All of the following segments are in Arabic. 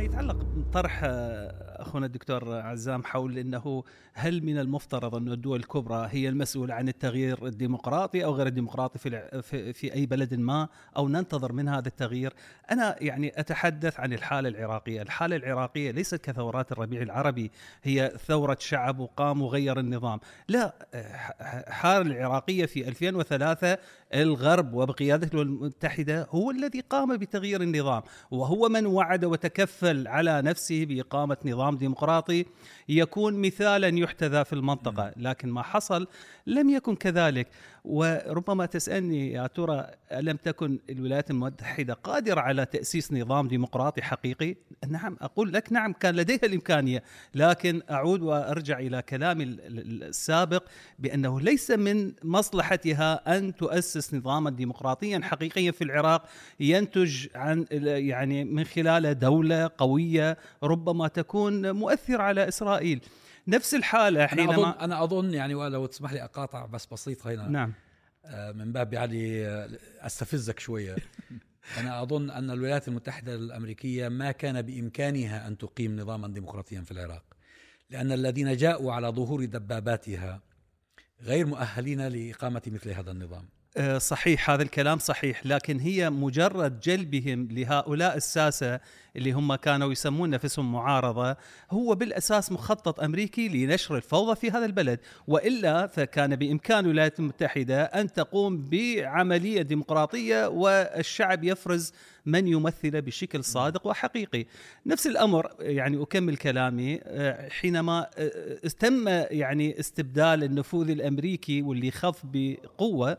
يتعلق بطرح أخونا الدكتور عزام حول أنه هل من المفترض أن الدول الكبرى هي المسؤولة عن التغيير الديمقراطي أو غير الديمقراطي في أي بلد ما، أو ننتظر من هذا التغيير؟ أنا يعني أتحدث عن الحالة العراقية. الحالة العراقية ليست كثورات الربيع العربي، هي ثورة شعب وقام وغير النظام. لا، الحالة العراقية في 2003 الغرب وبقيادته المتحدة هو الذي قام بتغيير النظام، وهو من وعد وتكفل على نفسه بإقامة نظام ديمقراطي يكون مثالا يحتذى في المنطقة. لكن ما حصل لم يكن كذلك. وربما تسألني يا ترى ألم تكن الولايات المتحدة قادرة على تأسيس نظام ديمقراطي حقيقي؟ نعم، أقول لك نعم، كان لديها الإمكانية. لكن أعود وأرجع إلى كلامي السابق بأنه ليس من مصلحتها أن تؤسس نظاما ديمقراطيا حقيقيا في العراق ينتج عن يعني من خلال دولة قوية ربما تكون مؤثرة على إسرائيل. نفس الحالة حينما أنا أظن يعني، ولو تسمح لي أقاطع بس بسيط هنا. نعم. من باب يعني أستفزك شوية. أنا أظن أن الولايات المتحدة الأمريكية ما كان بإمكانها أن تقيم نظاما ديمقراطيا في العراق، لأن الذين جاءوا على ظهور دباباتها غير مؤهلين لإقامة مثل هذا النظام. صحيح، هذا الكلام صحيح، لكن هي مجرد جلبهم لهؤلاء الساسة اللي هم كانوا يسمون نفسهم معارضة، هو بالأساس مخطط أمريكي لنشر الفوضى في هذا البلد. وإلا فكان بإمكان الولايات المتحدة أن تقوم بعملية ديمقراطية والشعب يفرز من يمثل بشكل صادق وحقيقي. نفس الأمر يعني أكمل كلامي، حينما تم يعني استبدال النفوذ الأمريكي واللي خف بقوة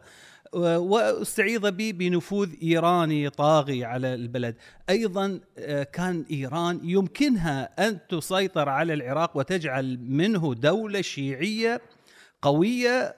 واستعيض به بنفوذ إيراني طاغي على البلد، أيضا كان إيران يمكنها أن تسيطر على العراق وتجعل منه دولة شيعية قوية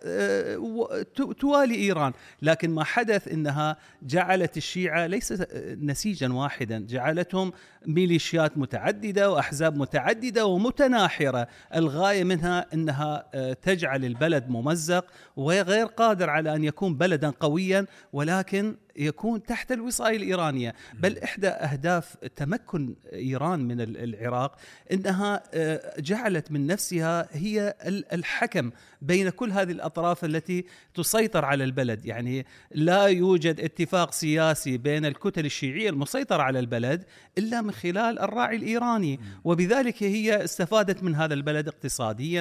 توالي إيران. لكن ما حدث إنها جعلت الشيعة ليس نسيجا واحدا، جعلتهم ميليشيات متعددة وأحزاب متعددة ومتناحرة، الغاية منها أنها تجعل البلد ممزق وغير قادر على أن يكون بلدا قويا، ولكن يكون تحت الوصاية الإيرانية. بل إحدى أهداف تمكن إيران من العراق أنها جعلت من نفسها هي الحكم بين كل هذه الأطراف التي تسيطر على البلد. يعني لا يوجد اتفاق سياسي بين الكتل الشيعية المسيطرة على البلد إلا من خلال الراعي الإيراني، وبذلك هي استفادت من هذا البلد اقتصاديا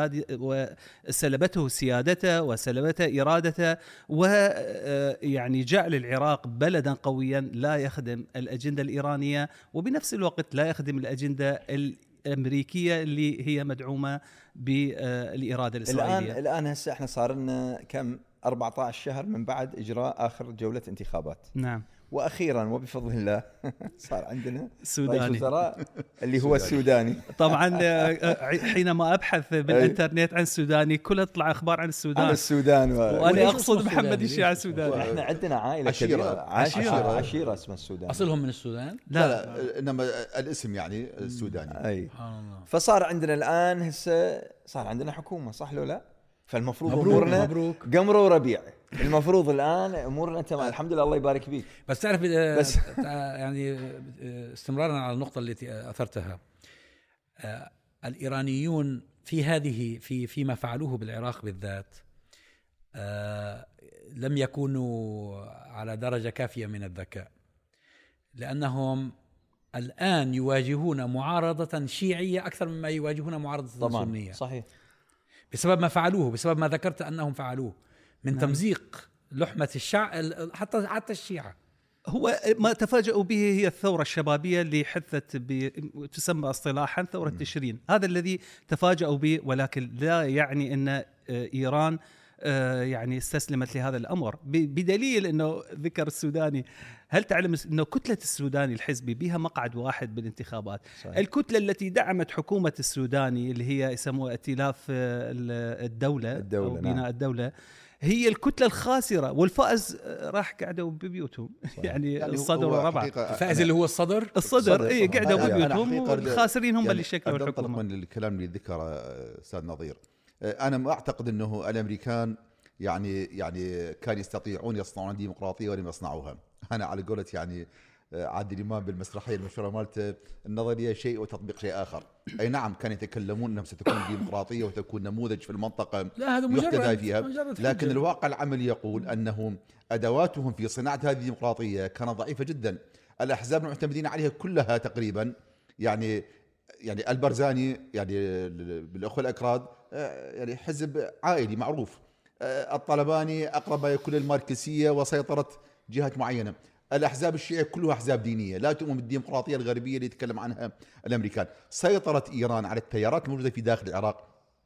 وسلبته سيادته وسلبته إرادته، ويعني جعل العراق بلدا قويا لا يخدم الأجندة الإيرانية وبنفس الوقت لا يخدم الأجندة الأمريكية اللي هي مدعومة بالإرادة الإسرائيلية. الآن هسه احنا صار لنا كم 14 شهر من بعد إجراء آخر جولة انتخابات. نعم. وأخيرا وبفضل الله صار عندنا رئيس وزراء اللي هو السوداني. طبعا حينما أبحث بالإنترنت عن السوداني كلها تطلع أخبار عن السودان وأنا أقصد محمد الشيعة السوداني. احنا عندنا عائلة عشيرة اسمها السودان. أصلهم من السودان؟ لا إنما الاسم يعني السوداني. أي. فصار عندنا الآن هسه صار عندنا حكومة، صح لو لا؟ فالمفروض أمورنا قمر وربيع، المفروض الآن أمورنا تمام الحمد لله، الله يبارك فيك. بس تعرف يعني استمرارا على النقطة التي أثرتها، الإيرانيون فيما فعلوه بالعراق بالذات لم يكونوا على درجة كافية من الذكاء، لأنهم الآن يواجهون معارضة شيعية أكثر مما يواجهون معارضة سنية. صحيح. بسبب ما فعلوه، بسبب ما ذكرت أنهم فعلوه من تمزيق لحمة الشعب حتى الشيعة. هو ما تفاجأوا به هي الثورة الشبابية اللي حدثت تسمى اصطلاحا ثورة تشرين، هذا الذي تفاجأوا به، ولكن لا يعني أن إيران يعني استسلمت لهذا الأمر، بدليل أنه ذكر السوداني. هل تعلم أنه كتلة السوداني الحزبي بها مقعد واحد بالانتخابات؟ صحيح. الكتلة التي دعمت حكومة السوداني اللي هي يسموها ائتلاف الدولة أو بناء نعم. الدولة هي الكتلة الخاسرة، والفائز راح قعدوا ببيوتهم. يعني الصدر والربع. الفائز اللي هو الصدر إيه قعدوا ببيوتهم، والخاسرين هم اللي شكلوا الحكومة. من الكلام اللي ذكره أستاذ نظير، أنا ما أعتقد أنه الأمريكان يعني كان يستطيعون يصنعون ديمقراطية ولم يصنعوها. أنا على قولة يعني عادل إمام بالمسرحية المشهورة مالته النظرية شيء وتطبيق شيء آخر. أي نعم كانوا يتكلمون أنها ستكون ديمقراطية وتكون نموذج في المنطقة لا هذا يحتذى فيها، مجرد لكن الواقع العملي يقول أنهم أدواتهم في صناعة هذه الديمقراطية كانت ضعيفة جدا. الأحزاب المعتمدين عليها كلها تقريبا يعني البرزاني يعني بالأخوة الأكراد يعني حزب عائلي معروف، الطلباني أقرب ما يكون للماركسية وسيطرة جهات معينة، الأحزاب الشيعية كلها أحزاب دينية لا تؤمن بالديمقراطية الغربية اللي يتكلم عنها الأمريكان. سيطرت إيران على التيارات الموجودة في داخل العراق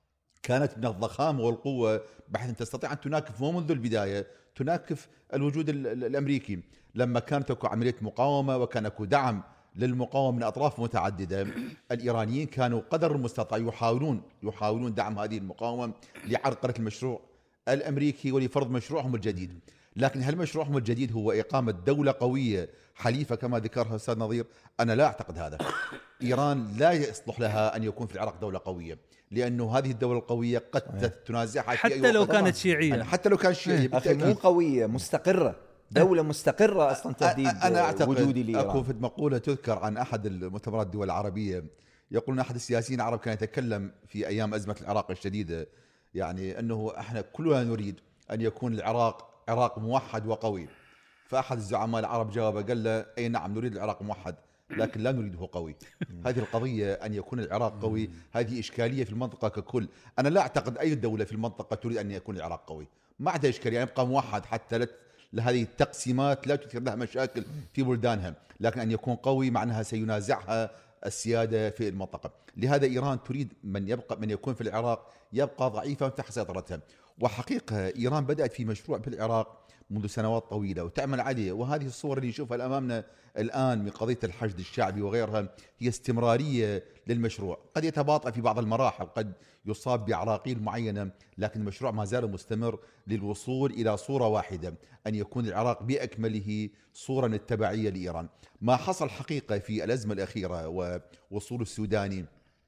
كانت من الضخامة والقوة بحيث أن تستطيع أن تناكف منذ البداية، تناكف الوجود الأمريكي. لما كانت تكون عملية مقاومة وكان يكون دعم للمقاومة من أطراف متعددة، الإيرانيين كانوا قدر المستطاع يحاولون دعم هذه المقاومة لعرقلة المشروع الأمريكي ولفرض مشروعهم الجديد. لكن هل مشروعهم الجديد هو إقامة دولة قوية حليفة كما ذكرها أستاذ نظير؟ أنا لا أعتقد هذا. إيران لا يصلح لها أن يكون في العراق دولة قوية، لأنه هذه الدولة القوية قد تنازعها حتى لو كانت شيعية. حتى لو كانت شيعية أخي مو قوية، مستقرة، دولة مستقرة أصلا تهديد أنا أعتقد وجودي لإيران. أكو في مقولة تذكر عن أحد المؤتمرات الدول العربية، يقولون أحد السياسيين العرب كان يتكلم في أيام أزمة العراق الشديدة، يعني أنه إحنا كلنا نريد أن يكون العراق عراق موحد وقوي. فأحد الزعماء العرب جاوب قال له أي نعم نريد العراق موحد لكن لا نريده قوي. هذه القضية أن يكون العراق قوي هذه إشكالية في المنطقة ككل. أنا لا أعتقد أي دولة في المنطقة تريد أن يكون العراق قوي، ما عندها إشكالية يبقى موحد حتى لهذه التقسيمات لا تثير لها مشاكل في بلدانها، لكن أن يكون قوي معناها سينازعها السيادة في المنطقة. لهذا إيران تريد من يكون في العراق يبقى ضعيفا تحت سيطرتها. وحقيقة إيران بدأت في مشروع في العراق منذ سنوات طويلة وتعمل عليه، وهذه الصور اللي نشوفها أمامنا الآن من قضية الحشد الشعبي وغيرها هي استمرارية للمشروع. قد يتباطأ في بعض المراحل، قد يصاب بعراقيل معينة، لكن المشروع ما زال مستمر للوصول إلى صورة واحدة، أن يكون العراق بأكمله صورة التبعية لإيران. ما حصل حقيقة في الأزمة الأخيرة ووصول السوداني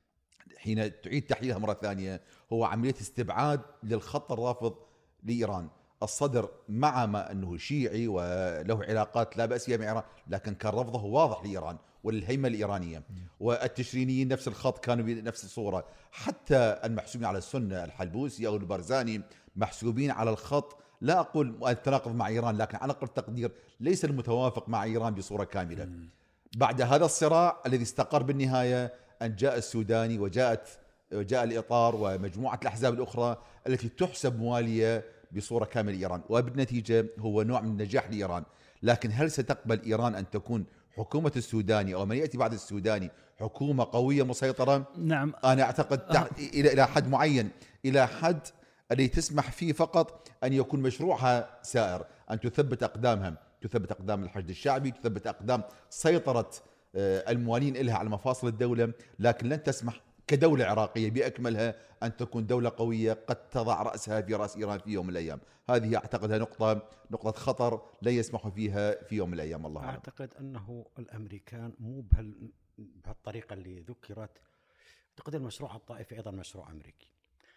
حين تعيد تحليلها مرة ثانية هو عملية استبعاد للخط الرافض لإيران. الصدر مع ما أنه شيعي وله علاقات لا بأس بها مع إيران، لكن كان رفضه واضح لإيران وللهيمنة الإيرانية. والتشرينيين نفس الخط كانوا بنفس الصورة، حتى المحسوبين على السنة الحلبوسي أو البرزاني محسوبين على الخط لا أقول التناقض مع إيران، لكن على أقل تقدير ليس المتوافق مع إيران بصورة كاملة. بعد هذا الصراع الذي استقر بالنهاية أن جاء السوداني وجاء الإطار ومجموعة الأحزاب الأخرى التي تحسب موالية بصورة كاملة إيران، وبالنتيجة هو نوع من النجاح لإيران. لكن هل ستقبل إيران أن تكون حكومة السوداني أو من يأتي بعد السوداني حكومة قوية مسيطرة؟ نعم. أنا أعتقد إلى حد معين، إلى حد الذي تسمح فيه فقط أن يكون مشروعها سائر، أن تثبت أقدامها، تثبت أقدام الحشد الشعبي، تثبت أقدام سيطرة الموالين إلها على مفاصل الدولة، لكن لن تسمح كدولة عراقية بأكملها أن تكون دولة قوية قد تضع رأسها في رأس إيران في يوم من الأيام. هذه أعتقدها نقطة خطر لا يسمح فيها في يوم من الأيام. الله أعلم. أعتقد أنه الأمريكان مو بهالطريقة اللي ذكرت. أعتقد المشروع الطائفي أيضا مشروع أمريكي.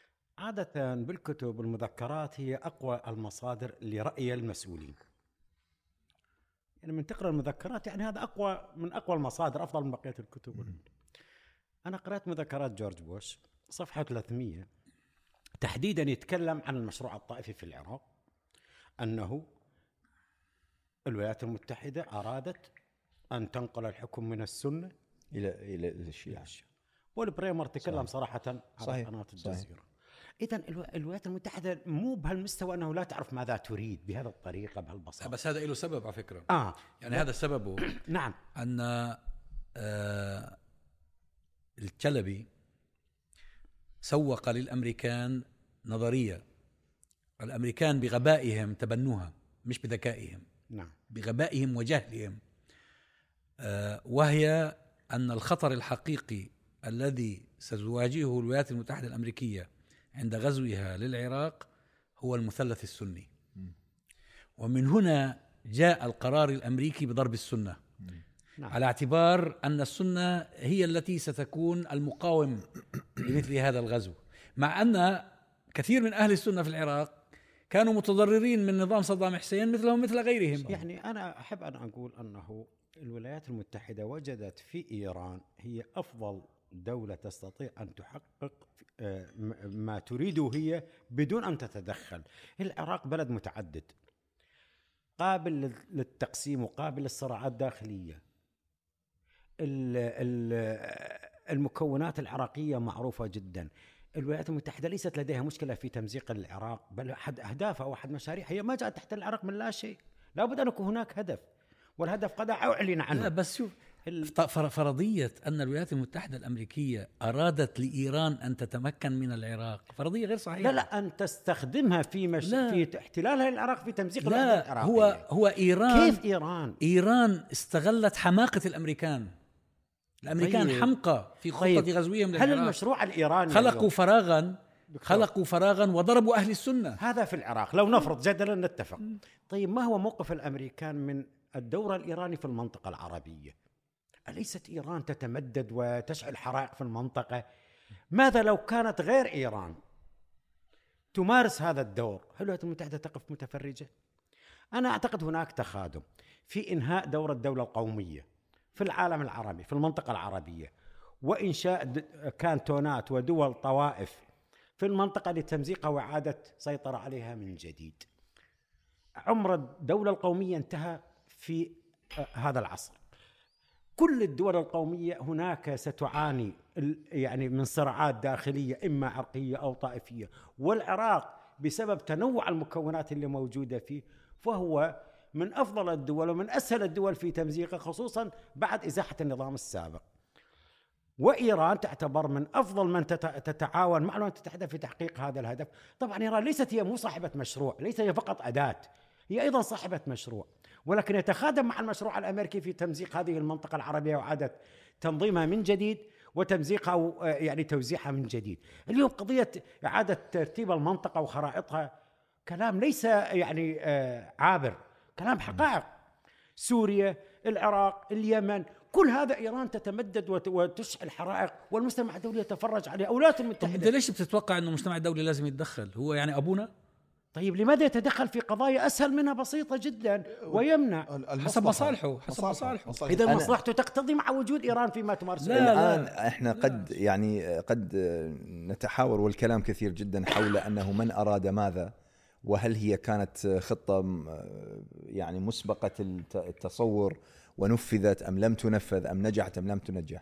عادة بالكتب والمذكرات هي أقوى المصادر لرأي المسؤولين، يعني من تقرأ المذكرات يعني هذا أقوى من أقوى المصادر، أفضل من بقية الكتب. أنا قرأت مذكرات جورج بوش صفحة 300 تحديدا يتكلم عن المشروع الطائفي في العراق، أنه الولايات المتحدة أرادت أن تنقل الحكم من السنة إلى الشيعة. والبريمر تكلم صراحة على قناة الجزيرة. إذن الولايات المتحدة مو بهالمستوى أنه لا تعرف ماذا تريد بهذه الطريقة بهالبساطة. بس هذا له سبب على فكرة. يعني لا. هذا سببه نعم. أن الشلبي سوق للأمريكان نظرية، الأمريكان بغبائهم تبنوها مش بذكائهم. نعم. بغبائهم وجهلهم، وهي أن الخطر الحقيقي الذي ستواجهه الولايات المتحدة الأمريكية عند غزوها للعراق هو المثلث السني. ومن هنا جاء القرار الأمريكي بضرب السنة. نعم. على اعتبار أن السنة هي التي ستكون المقاوم لمثل هذا الغزو، مع أن كثير من أهل السنة في العراق كانوا متضررين من نظام صدام حسين مثلهم مثل غيرهم. يعني أنا أحب أن أقول أنه الولايات المتحدة وجدت في إيران هي أفضل دولة تستطيع أن تحقق ما تريده هي بدون أن تتدخل. العراق بلد متعدد، قابل للتقسيم وقابل للصراعات الداخلية. المكونات العراقية معروفة جدا. الولايات المتحدة ليست لديها مشكلة في تمزيق العراق، بل أحد أهدافها وأحد مشاريعها هي ما جاءت تحت العراق من لا شيء، لابد أن يكون هناك هدف، والهدف قد أعلن عنه. لا بس شوف فرضية أن الولايات المتحدة الأمريكية أرادت لإيران أن تتمكن من العراق فرضية غير صحيحة. لا أن تستخدمها في احتلالها للعراق في تمزيق الوحدة العراقية. هو إيران كيف إيران استغلت حماقة الأمريكان طيب. حمقى في خطة غزوهم للعراق. هل المشروع الإيراني خلقوا فراغا وضربوا أهل السنة؟ هذا في العراق. لو نفرض جدلا نتفق. طيب ما هو موقف الأمريكان من الدور الإيراني في المنطقة العربية؟ أليست إيران تتمدد وتشعل حرائق في المنطقة؟ ماذا لو كانت غير إيران تمارس هذا الدور؟ هل الولايات المتحدة تقف متفرجة؟ أنا أعتقد هناك تخاذل في إنهاء دور الدولة القومية في العالم العربي في المنطقة العربية، وإنشاء كانتونات ودول طوائف في المنطقة لتمزيقها وإعادة سيطرة عليها من جديد. عمر الدولة القومية انتهى في هذا العصر. كل الدول القومية هناك ستعاني يعني من صراعات داخلية إما عرقية أو طائفية، والعراق بسبب تنوع المكونات اللي موجودة فيه فهو من أفضل الدول ومن أسهل الدول في تمزيقه، خصوصا بعد إزاحة النظام السابق. وإيران تعتبر من أفضل من تتعاون مع الولايات المتحدة في تحقيق هذا الهدف. طبعا إيران ليست هي مو صاحبة مشروع، ليست هي فقط أداة، هي أيضا صاحبة مشروع، ولكن يتخادم مع المشروع الأمريكي في تمزيق هذه المنطقة العربية وإعادة تنظيمها من جديد وتمزيقها يعني توزيعها من جديد. اليوم قضية إعادة ترتيب المنطقة وخرائطها كلام ليس يعني عابر، كلام حقائق. سوريا، العراق، اليمن، كل هذا إيران تتمدد وتشعل حرائق والمجتمع الدولي يتفرج عليها. الولايات المتحدة ليش بتتوقع أنه المجتمع الدولي لازم يتدخل؟ هو يعني أبونا؟ طيب لماذا يتدخل في قضايا أسهل منها بسيطة جدا ويمنع؟ حسب مصالحه. إذا مصلحته تقتضي مع وجود إيران فيما تمارسه. الآن احنا قد نتحاور والكلام كثير جدا حول أنه من أراد ماذا، وهل هي كانت خطة يعني مسبقة التصور ونفذت أم لم تنفذ، أم نجحت أم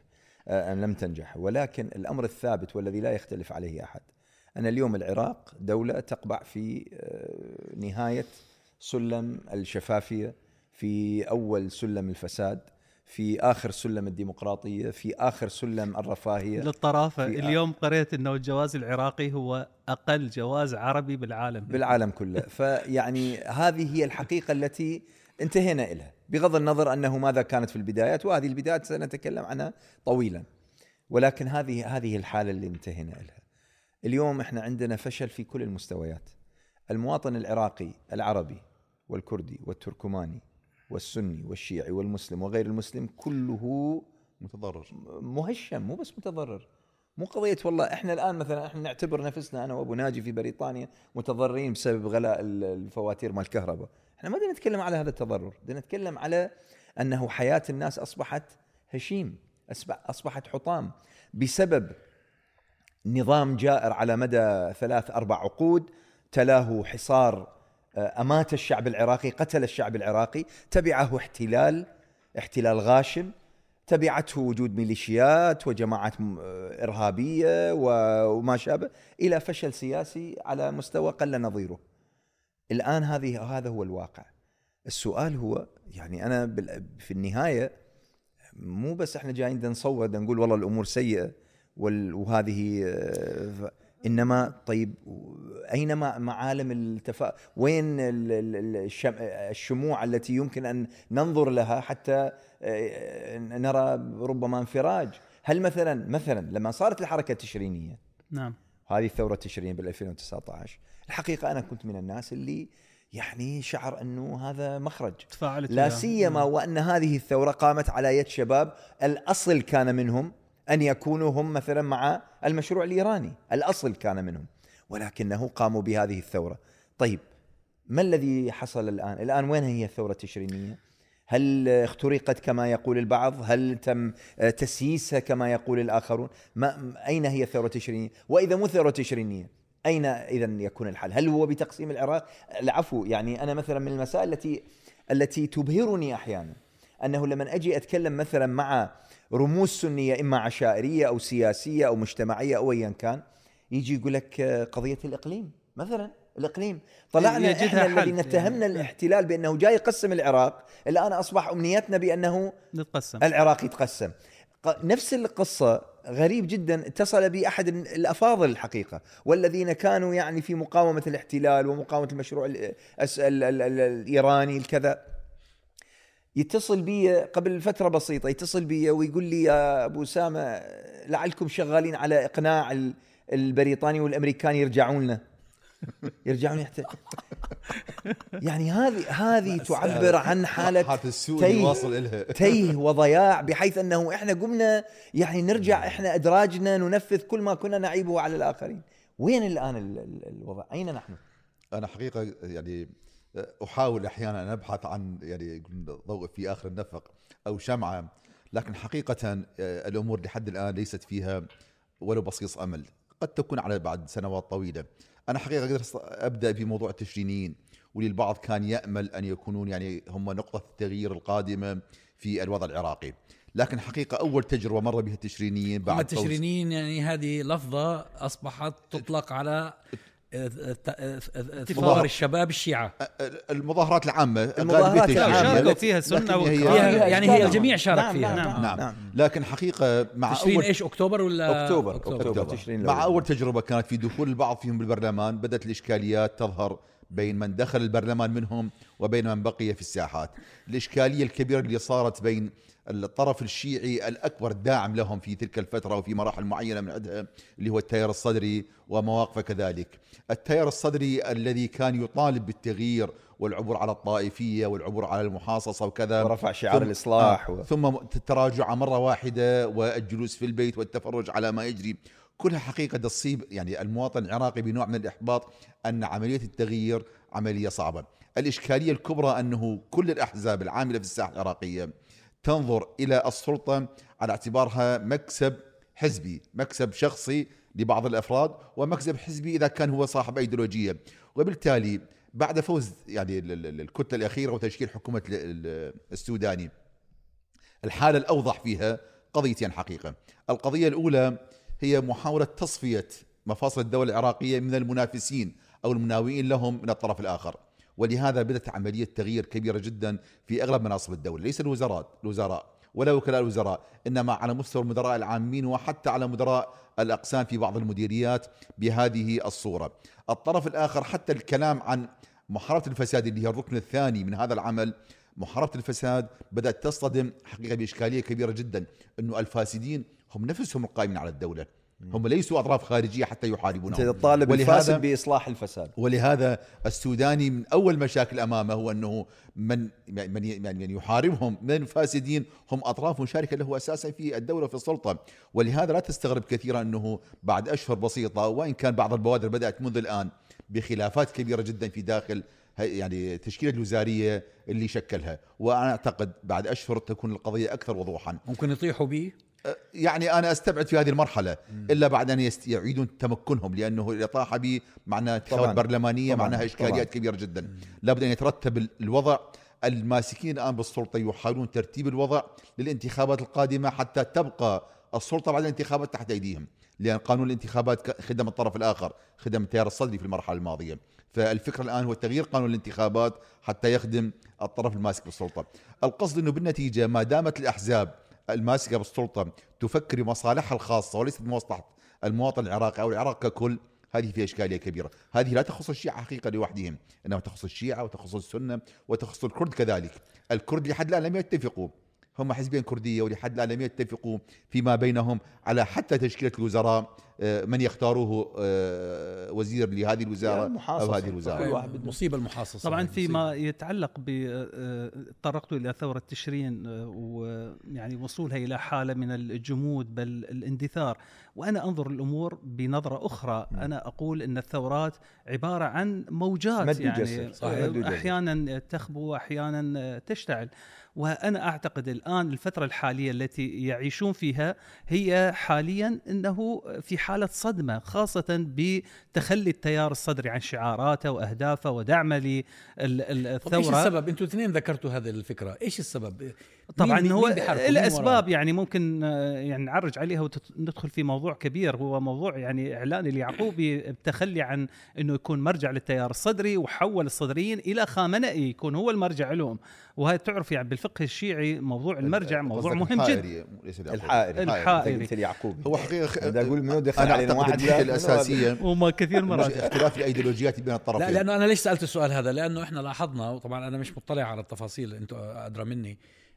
لم تنجح. ولكن الأمر الثابت والذي لا يختلف عليه أحد أن اليوم العراق دولة تقبع في نهاية سلم الشفافية، في أول سلم الفساد، في آخر سلم الديمقراطية، في آخر سلم الرفاهية. للطرافة اليوم قرأت أنه الجواز العراقي هو أقل جواز عربي بالعالم كله. فيعني هذه هي الحقيقة التي انتهينا إليها، بغض النظر أنه ماذا كانت في البدايات، وهذه البدايات سنتكلم عنها طويلا، ولكن هذه الحالة اللي انتهينا إليها. اليوم احنا عندنا فشل في كل المستويات. المواطن العراقي العربي والكردي والتركماني والسني والشيعي والمسلم وغير المسلم كله متضرر، مهشم، مو بس متضرر. مو قضية والله احنا الآن مثلا احنا نعتبر نفسنا أنا وأبو ناجي في بريطانيا متضررين بسبب غلاء الفواتير مال الكهرباء. احنا ما بدنا نتكلم على هذا التضرر، بدنا نتكلم على أنه حياة الناس أصبحت هشيم، أصبحت حطام بسبب نظام جائر على مدى 3-4 عقود تلاه حصار أمات الشعب العراقي، قتل الشعب العراقي، تبعه احتلال غاشم، تبعته وجود ميليشيات وجماعات إرهابية وما شابه، إلى فشل سياسي على مستوى قل نظيره. الآن هذا هو الواقع. السؤال هو يعني أنا في النهاية مو بس احنا جايين نصور نقول والله الأمور سيئة وهذه، إنما طيب أين معالم وين الشموع التي يمكن أن ننظر لها حتى نرى ربما انفراج؟ هل مثلا لما صارت الحركة التشرينية، نعم، هذه الثورة التشرينية بال2019، الحقيقة أنا كنت من الناس اللي يعني شعر أنه هذا مخرج، لا سيما وأن هذه الثورة قامت على يد شباب الأصل كان منهم أن يكونوا هم مثلا مع المشروع الإيراني، الأصل كان منهم، ولكنه قاموا بهذه الثورة. طيب ما الذي حصل الآن وين هي الثورة التشرينية؟ هل اخترقت كما يقول البعض؟ هل تم تسييسها كما يقول الآخرون؟ أين هي الثورة التشرينية؟ وإذا مو ثورة تشرينية أين إذن يكون الحل؟ هل هو بتقسيم العراق؟ العفو، يعني أنا مثلا من المسائل التي تبهرني أحيانا أنه لما أجي أتكلم مثلا مع رموز سنية إما عشائرية أو سياسية أو مجتمعية أو أيا كان، يجي يقول لك قضية الإقليم مثلا. الإقليم طلعنا إحنا الذين اتهمنا الاحتلال بأنه جاي يقسم العراق، الآن أصبح أمنيتنا بأنه نتقسم العراق يتقسم. نفس القصة غريب جدا اتصل بي أحد الأفاضل الحقيقة والذين كانوا يعني في مقاومة الاحتلال ومقاومة المشروع الإيراني الكذا. يتصل بي قبل فترة بسيطة، يتصل بي ويقول لي يا أبو أسامة لعلكم شغالين على إقناع البريطاني والأمريكاني يرجعون لنا. يرجعون يعني هذه تعبر عن حالة تيه وضياع، بحيث أنه إحنا قمنا يعني نرجع إحنا أدراجنا ننفذ كل ما كنا نعيبه على الآخرين. وين الآن الوضع؟ أين نحن؟ أنا حقيقة يعني أحاول أحيانا أن أبحث عن يعني ضوء في آخر النفق أو شمعة، لكن حقيقة الأمور لحد الآن ليست فيها ولو بصيص أمل. قد تكون على بعد سنوات طويلة. أنا حقيقة قدرت أبدأ في موضوع التشرينيين، وللبعض كان يأمل أن يكونون يعني هم نقطة التغيير القادمة في الوضع العراقي، لكن حقيقة أول تجربة مر بها التشرينيين بعد التشرينيين يعني هذه لفظة أصبحت تطلق على ثوار الشباب الشيعة، المظاهرات العامة شاركوا فيها سنة يعني هي الجميع شارك فيها. نعم. لكن حقيقة مع أول إيش أكتوبر ولا أكتوبر. مع أول تجربة كانت في دخول البعض فيهم بالبرلمان، بدأت الإشكاليات تظهر بين من دخل البرلمان منهم وبين من بقي في الساحات. الإشكالية الكبيرة اللي صارت بين الطرف الشيعي الأكبر الداعم لهم في تلك الفترة وفي مراحل معينة من عندها، اللي هو التيار الصدري ومواقفه كذلك. التيار الصدري الذي كان يطالب بالتغيير والعبور على الطائفية والعبور على المحاصصة وكذا، ورفع شعار الإصلاح ثم التراجع مرة واحدة والجلوس في البيت والتفرج على ما يجري. كلها حقيقة تصيب يعني المواطن العراقي بنوع من الإحباط أن عملية التغيير عملية صعبة. الإشكالية الكبرى أنه كل الأحزاب العاملة في الساحة العراقية تنظر إلى السلطة على اعتبارها مكسب حزبي، مكسب شخصي لبعض الأفراد، ومكسب حزبي إذا كان هو صاحب أيديولوجية. وبالتالي بعد فوز يعني الكتلة الأخيرة وتشكيل حكومة السوداني، الحالة الأوضح فيها قضيتين حقيقة. القضية الأولى هي محاولة تصفية مفاصل الدولة العراقية من المنافسين أو المناوئين لهم من الطرف الآخر، ولهذا بدأت عملية تغيير كبيرة جدا في أغلب مناصب الدولة، ليس الوزراء ولا وكلاء الوزراء، إنما على مستوى المدراء العامين وحتى على مدراء الأقسام في بعض المديريات بهذه الصورة. الطرف الآخر حتى الكلام عن محاربة الفساد اللي هي الركن الثاني من هذا العمل، محاربة الفساد بدأت تصطدم حقيقة بإشكالية كبيرة جدا، أنه الفاسدين هم نفسهم القائمين على الدولة، هم ليسوا أطراف خارجية حتى يحاربونهم. تطالب الفاسد بإصلاح الفساد. ولهذا السوداني من أول مشاكل أمامه هو أنه من يحاربهم من الفاسدين هم أطراف مشاركة له أساسا في الدولة وفي السلطة. ولهذا لا تستغرب كثيرا أنه بعد أشهر بسيطة، وإن كان بعض البوادر بدأت منذ الآن بخلافات كبيرة جدا في داخل يعني تشكيلة الوزارية اللي شكلها، وأنا أعتقد بعد أشهر تكون القضية أكثر وضوحا. ممكن يطيحوا به، يعني أنا أستبعد في هذه المرحلة إلا بعد أن يعيدون تمكنهم، لأنه الإطاحة به معناها انتخابات برلمانية، معناها إشكاليات كبيرة جدا. لابد أن يترتب الوضع. الماسكين الآن بالسلطة يحاولون ترتيب الوضع للانتخابات القادمة حتى تبقى السلطة بعد الانتخابات تحت أيديهم، لأن قانون الانتخابات خدم الطرف الآخر، خدم التيار الصدري في المرحلة الماضية. فالفكرة الآن هو تغيير قانون الانتخابات حتى يخدم الطرف الماسك بالسلطة. القصد أنه بالنتيجة ما دامت الأحزاب الماسكة بالسلطة تفكر بمصالحها الخاصة وليست بمصلحة المواطن العراقي أو العراق ككل، هذه فيها إشكالية كبيرة. هذه لا تخص الشيعة حقيقة لوحدهم، إنما تخص الشيعة وتخص السنة وتخص الكرد كذلك. الكرد لحد الآن لم يتفقوا، هم حزبين كردية ولحد الآن لم يتفقوا فيما بينهم على حتى تشكيلة الوزراء من يختاروه وزير لهذه الوزارة أو هذه الوزارة. مصيبة المحاصصة. طبعا فيما يتعلق طرقت إلى ثورة تشرين ويعني وصولها إلى حالة من الجمود بل الاندثار، وأنا أنظر الأمور بنظرة أخرى. أنا أقول أن الثورات عبارة عن موجات، يعني أحيانا تخبو وأحيانا تشتعل. وأنا أعتقد الآن الفترة الحالية التي يعيشون فيها هي حاليا أنه في حالة صدمة، خاصة بتخلي التيار الصدري عن شعاراته وأهدافه ودعمه للثورة. إيش السبب؟ أنتوا اثنين ذكرتوا هذه الفكرة، إيش السبب؟ طبعا هو الأسباب يعني ممكن يعني نعرج عليها وندخل في موضوع كبير، هو موضوع يعني إعلان اليعقوبي التخلي عن أنه يكون مرجع للتيار الصدري وحول الصدريين إلى خامنئي يكون هو المرجع لهم. وهي تعرف يعني بالفقه الشيعي موضوع المرجع موضوع مهم جدا. الحائري اليعقوبي هو حقيقة أنا أقول منو دخل أنا علينا أعتقد واحد المشكلة الأساسية وما كثير مرات اختلاف الأيديولوجيات بين الطرفين. لا، لأنه أنا ليش سألت السؤال هذا؟ لأنه إحنا لاحظنا، وطبعا أنا مش مطلع على التفاصيل، أنتوا أدرى مني،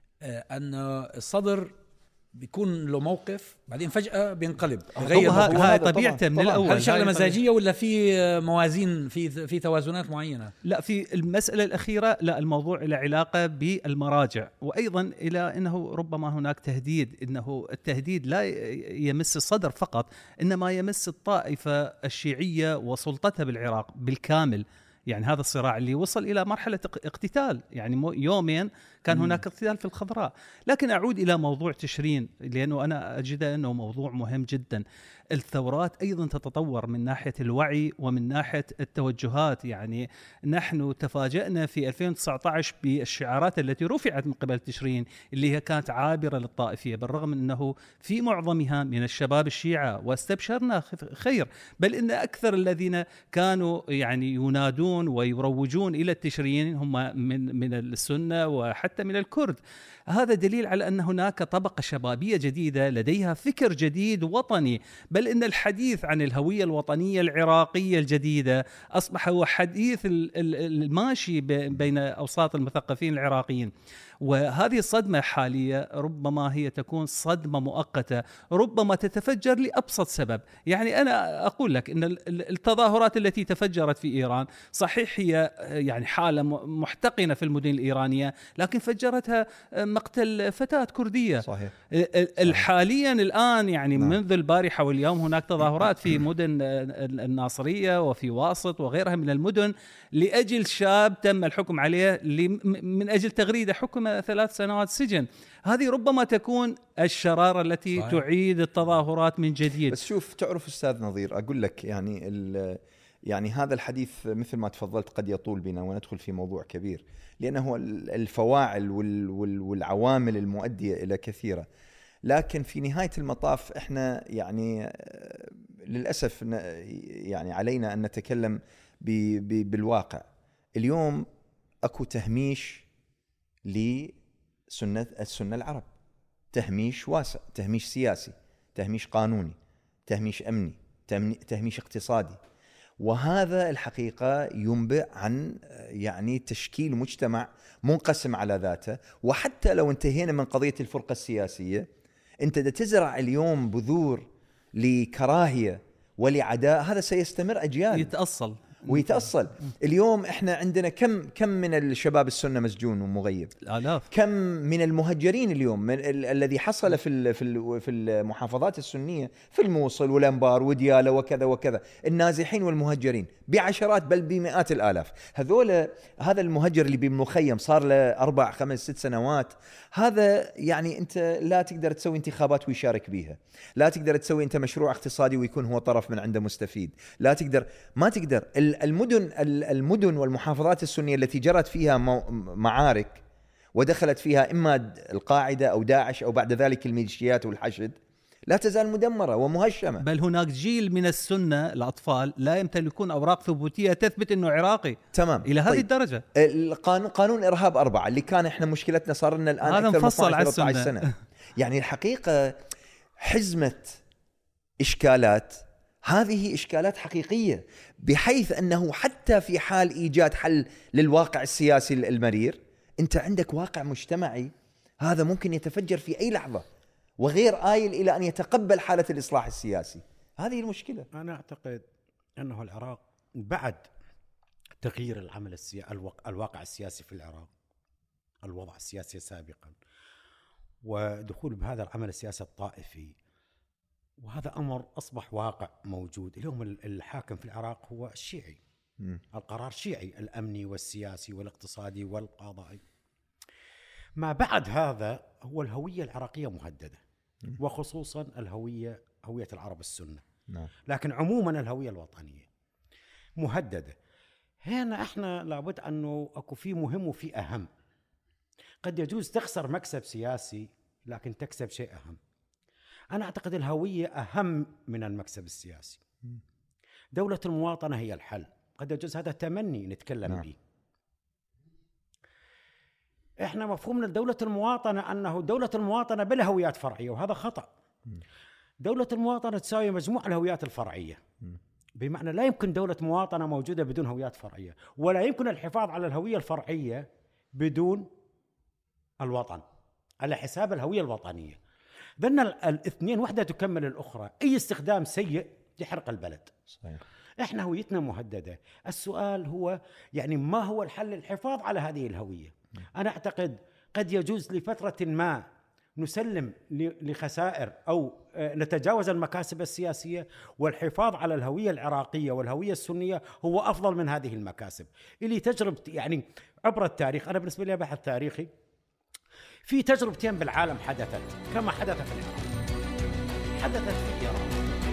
أن الصدر بيكون له موقف بعدين فجأة بينقلب غير. هاي طبيعته من الأول. هل شغلة مزاجية ولا في موازين في توازنات معينة؟ لا، في المسألة الأخيرة لا، الموضوع له علاقة بالمراجع، وأيضا إلى أنه ربما هناك تهديد، أنه التهديد لا يمس الصدر فقط، إنما يمس الطائفة الشيعية وسلطتها بالعراق بالكامل. يعني هذا الصراع اللي وصل إلى مرحلة اقتتال، يعني يومين كان هناك اقتتال في الخضراء. لكن أعود إلى موضوع تشرين لأنه أنا أجد أنه موضوع مهم جدا. الثورات أيضا تتطور من ناحية الوعي ومن ناحية التوجهات. يعني نحن تفاجأنا في 2019 بالشعارات التي رفعت من قبل تشرين اللي هي كانت عابرة للطائفية، بالرغم أنه في معظمها من الشباب الشيعة، واستبشرنا خير، بل إن أكثر الذين كانوا يعني ينادون ويروجون إلى التشرين هم من السنة وحتى من الكرد. هذا دليل على أن هناك طبقة شبابية جديدة لديها فكر جديد وطني، بل إن الحديث عن الهوية الوطنية العراقية الجديدة أصبح هو حديث الماشي بين أوساط المثقفين العراقيين. وهذه الصدمة حالية ربما هي تكون صدمة مؤقتة، ربما تتفجر لأبسط سبب. يعني أنا أقول لك أن التظاهرات التي تفجرت في إيران صحيح هي يعني حالة محتقنة في المدن الإيرانية، لكن فجرتها مقتل فتاة كردية. صحيح. حاليا الآن يعني منذ البارحة واليوم هناك تظاهرات في مدن الناصرية وفي واسط وغيرها من المدن لأجل شاب تم الحكم عليه من أجل تغريدة حكم 3 سنوات سجن. هذه ربما تكون الشرارة التي صحيح. تعيد التظاهرات من جديد. بس شوف، تعرف أستاذ نظير، أقول لك يعني هذا الحديث مثل ما تفضلت قد يطول بنا وندخل في موضوع كبير، لأنه الفواعل والعوامل المؤدية إلى كثيرة. لكن في نهاية المطاف إحنا يعني للأسف يعني علينا أن نتكلم بالواقع. اليوم أكو تهميش لسنة العرب، تهميش واسع، تهميش سياسي، تهميش قانوني، تهميش أمني، تهميش اقتصادي. وهذا الحقيقة ينبئ عن يعني تشكيل مجتمع منقسم على ذاته. وحتى لو انتهينا من قضية الفرقة السياسية، انت تزرع اليوم بذور لكراهية ولعداء، هذا سيستمر أجيال يتأصل. اليوم احنا عندنا كم من الشباب السنة مسجون ومغيب، آلاف. كم من المهجرين اليوم الذي حصل في المحافظات السنية، في الموصل والأنبار وديالى وكذا وكذا، النازحين والمهجرين بعشرات بل بمئات الآلاف. هذا المهجر اللي بمخيم صار له 4 5 6 سنوات، هذا يعني انت لا تقدر تسوي انتخابات ويشارك بيها، لا تقدر تسوي انت مشروع اقتصادي ويكون هو طرف من عنده مستفيد، ما تقدر. المدن والمحافظات السنية التي جرت فيها معارك ودخلت فيها إما القاعدة أو داعش أو بعد ذلك الميليشيات والحشد، لا تزال مدمرة ومهشمة. بل هناك جيل من السنة الأطفال لا يمتلكون أوراق ثبوتية تثبت أنه عراقي. تمام. إلى هذه الدرجة. قانون إرهاب 4 اللي كان إحنا مشكلتنا صار لنا الآن هذا أكثر من 13 سنة. يعني الحقيقة حزمة إشكالات، هذه إشكالات حقيقية، بحيث أنه حتى في حال إيجاد حل للواقع السياسي المرير، أنت عندك واقع مجتمعي هذا ممكن يتفجر في أي لحظة، وغير آيل إلى أن يتقبل حالة الإصلاح السياسي. هذه المشكلة. أنا أعتقد أنه العراق بعد تغيير الواقع السياسي في العراق، الوضع السياسي سابقا، ودخول بهذا العمل السياسي الطائفي، وهذا أمر أصبح واقع موجود. اليوم الحاكم في العراق هو الشيعي، القرار شيعي، الأمني والسياسي والاقتصادي والقضائي. ما بعد هذا هو الهوية العراقية مهددة، وخصوصا هوية العرب السنة، لكن عموما الهوية الوطنية مهددة. هنا احنا لابد أنه أكو في مهم وفي أهم. قد يجوز تخسر مكسب سياسي لكن تكسب شيء أهم. أنا أعتقد الهوية أهم من المكسب السياسي. دولة المواطنة هي الحل. قد يجوز هذا تمني نتكلم به. احنا مفهومنا دولة المواطنة أنه دولة المواطنة بلا هويات فرعية، وهذا خطأ. دولة المواطنة تساوي مجموع الهويات الفرعية، بمعنى لا يمكن دولة مواطنة موجودة بدون هويات فرعية، ولا يمكن الحفاظ على الهوية الفرعية بدون الوطن على حساب الهوية الوطنية. بأن الاثنين وحدة تكمل الأخرى. أي استخدام سيء يحرق البلد. صحيح. احنا هويتنا مهددة. السؤال هو يعني ما هو الحل للحفاظ على هذه الهوية؟ أنا أعتقد قد يجوز لفترة ما نسلم لخسائر أو نتجاوز المكاسب السياسية، والحفاظ على الهوية العراقية والهوية السنية هو أفضل من هذه المكاسب. اللي تجربة يعني عبر التاريخ، أنا بالنسبة لي بحث تاريخي، في تجربتين بالعالم حدثت كما حدث في العراق. حدثت في إيران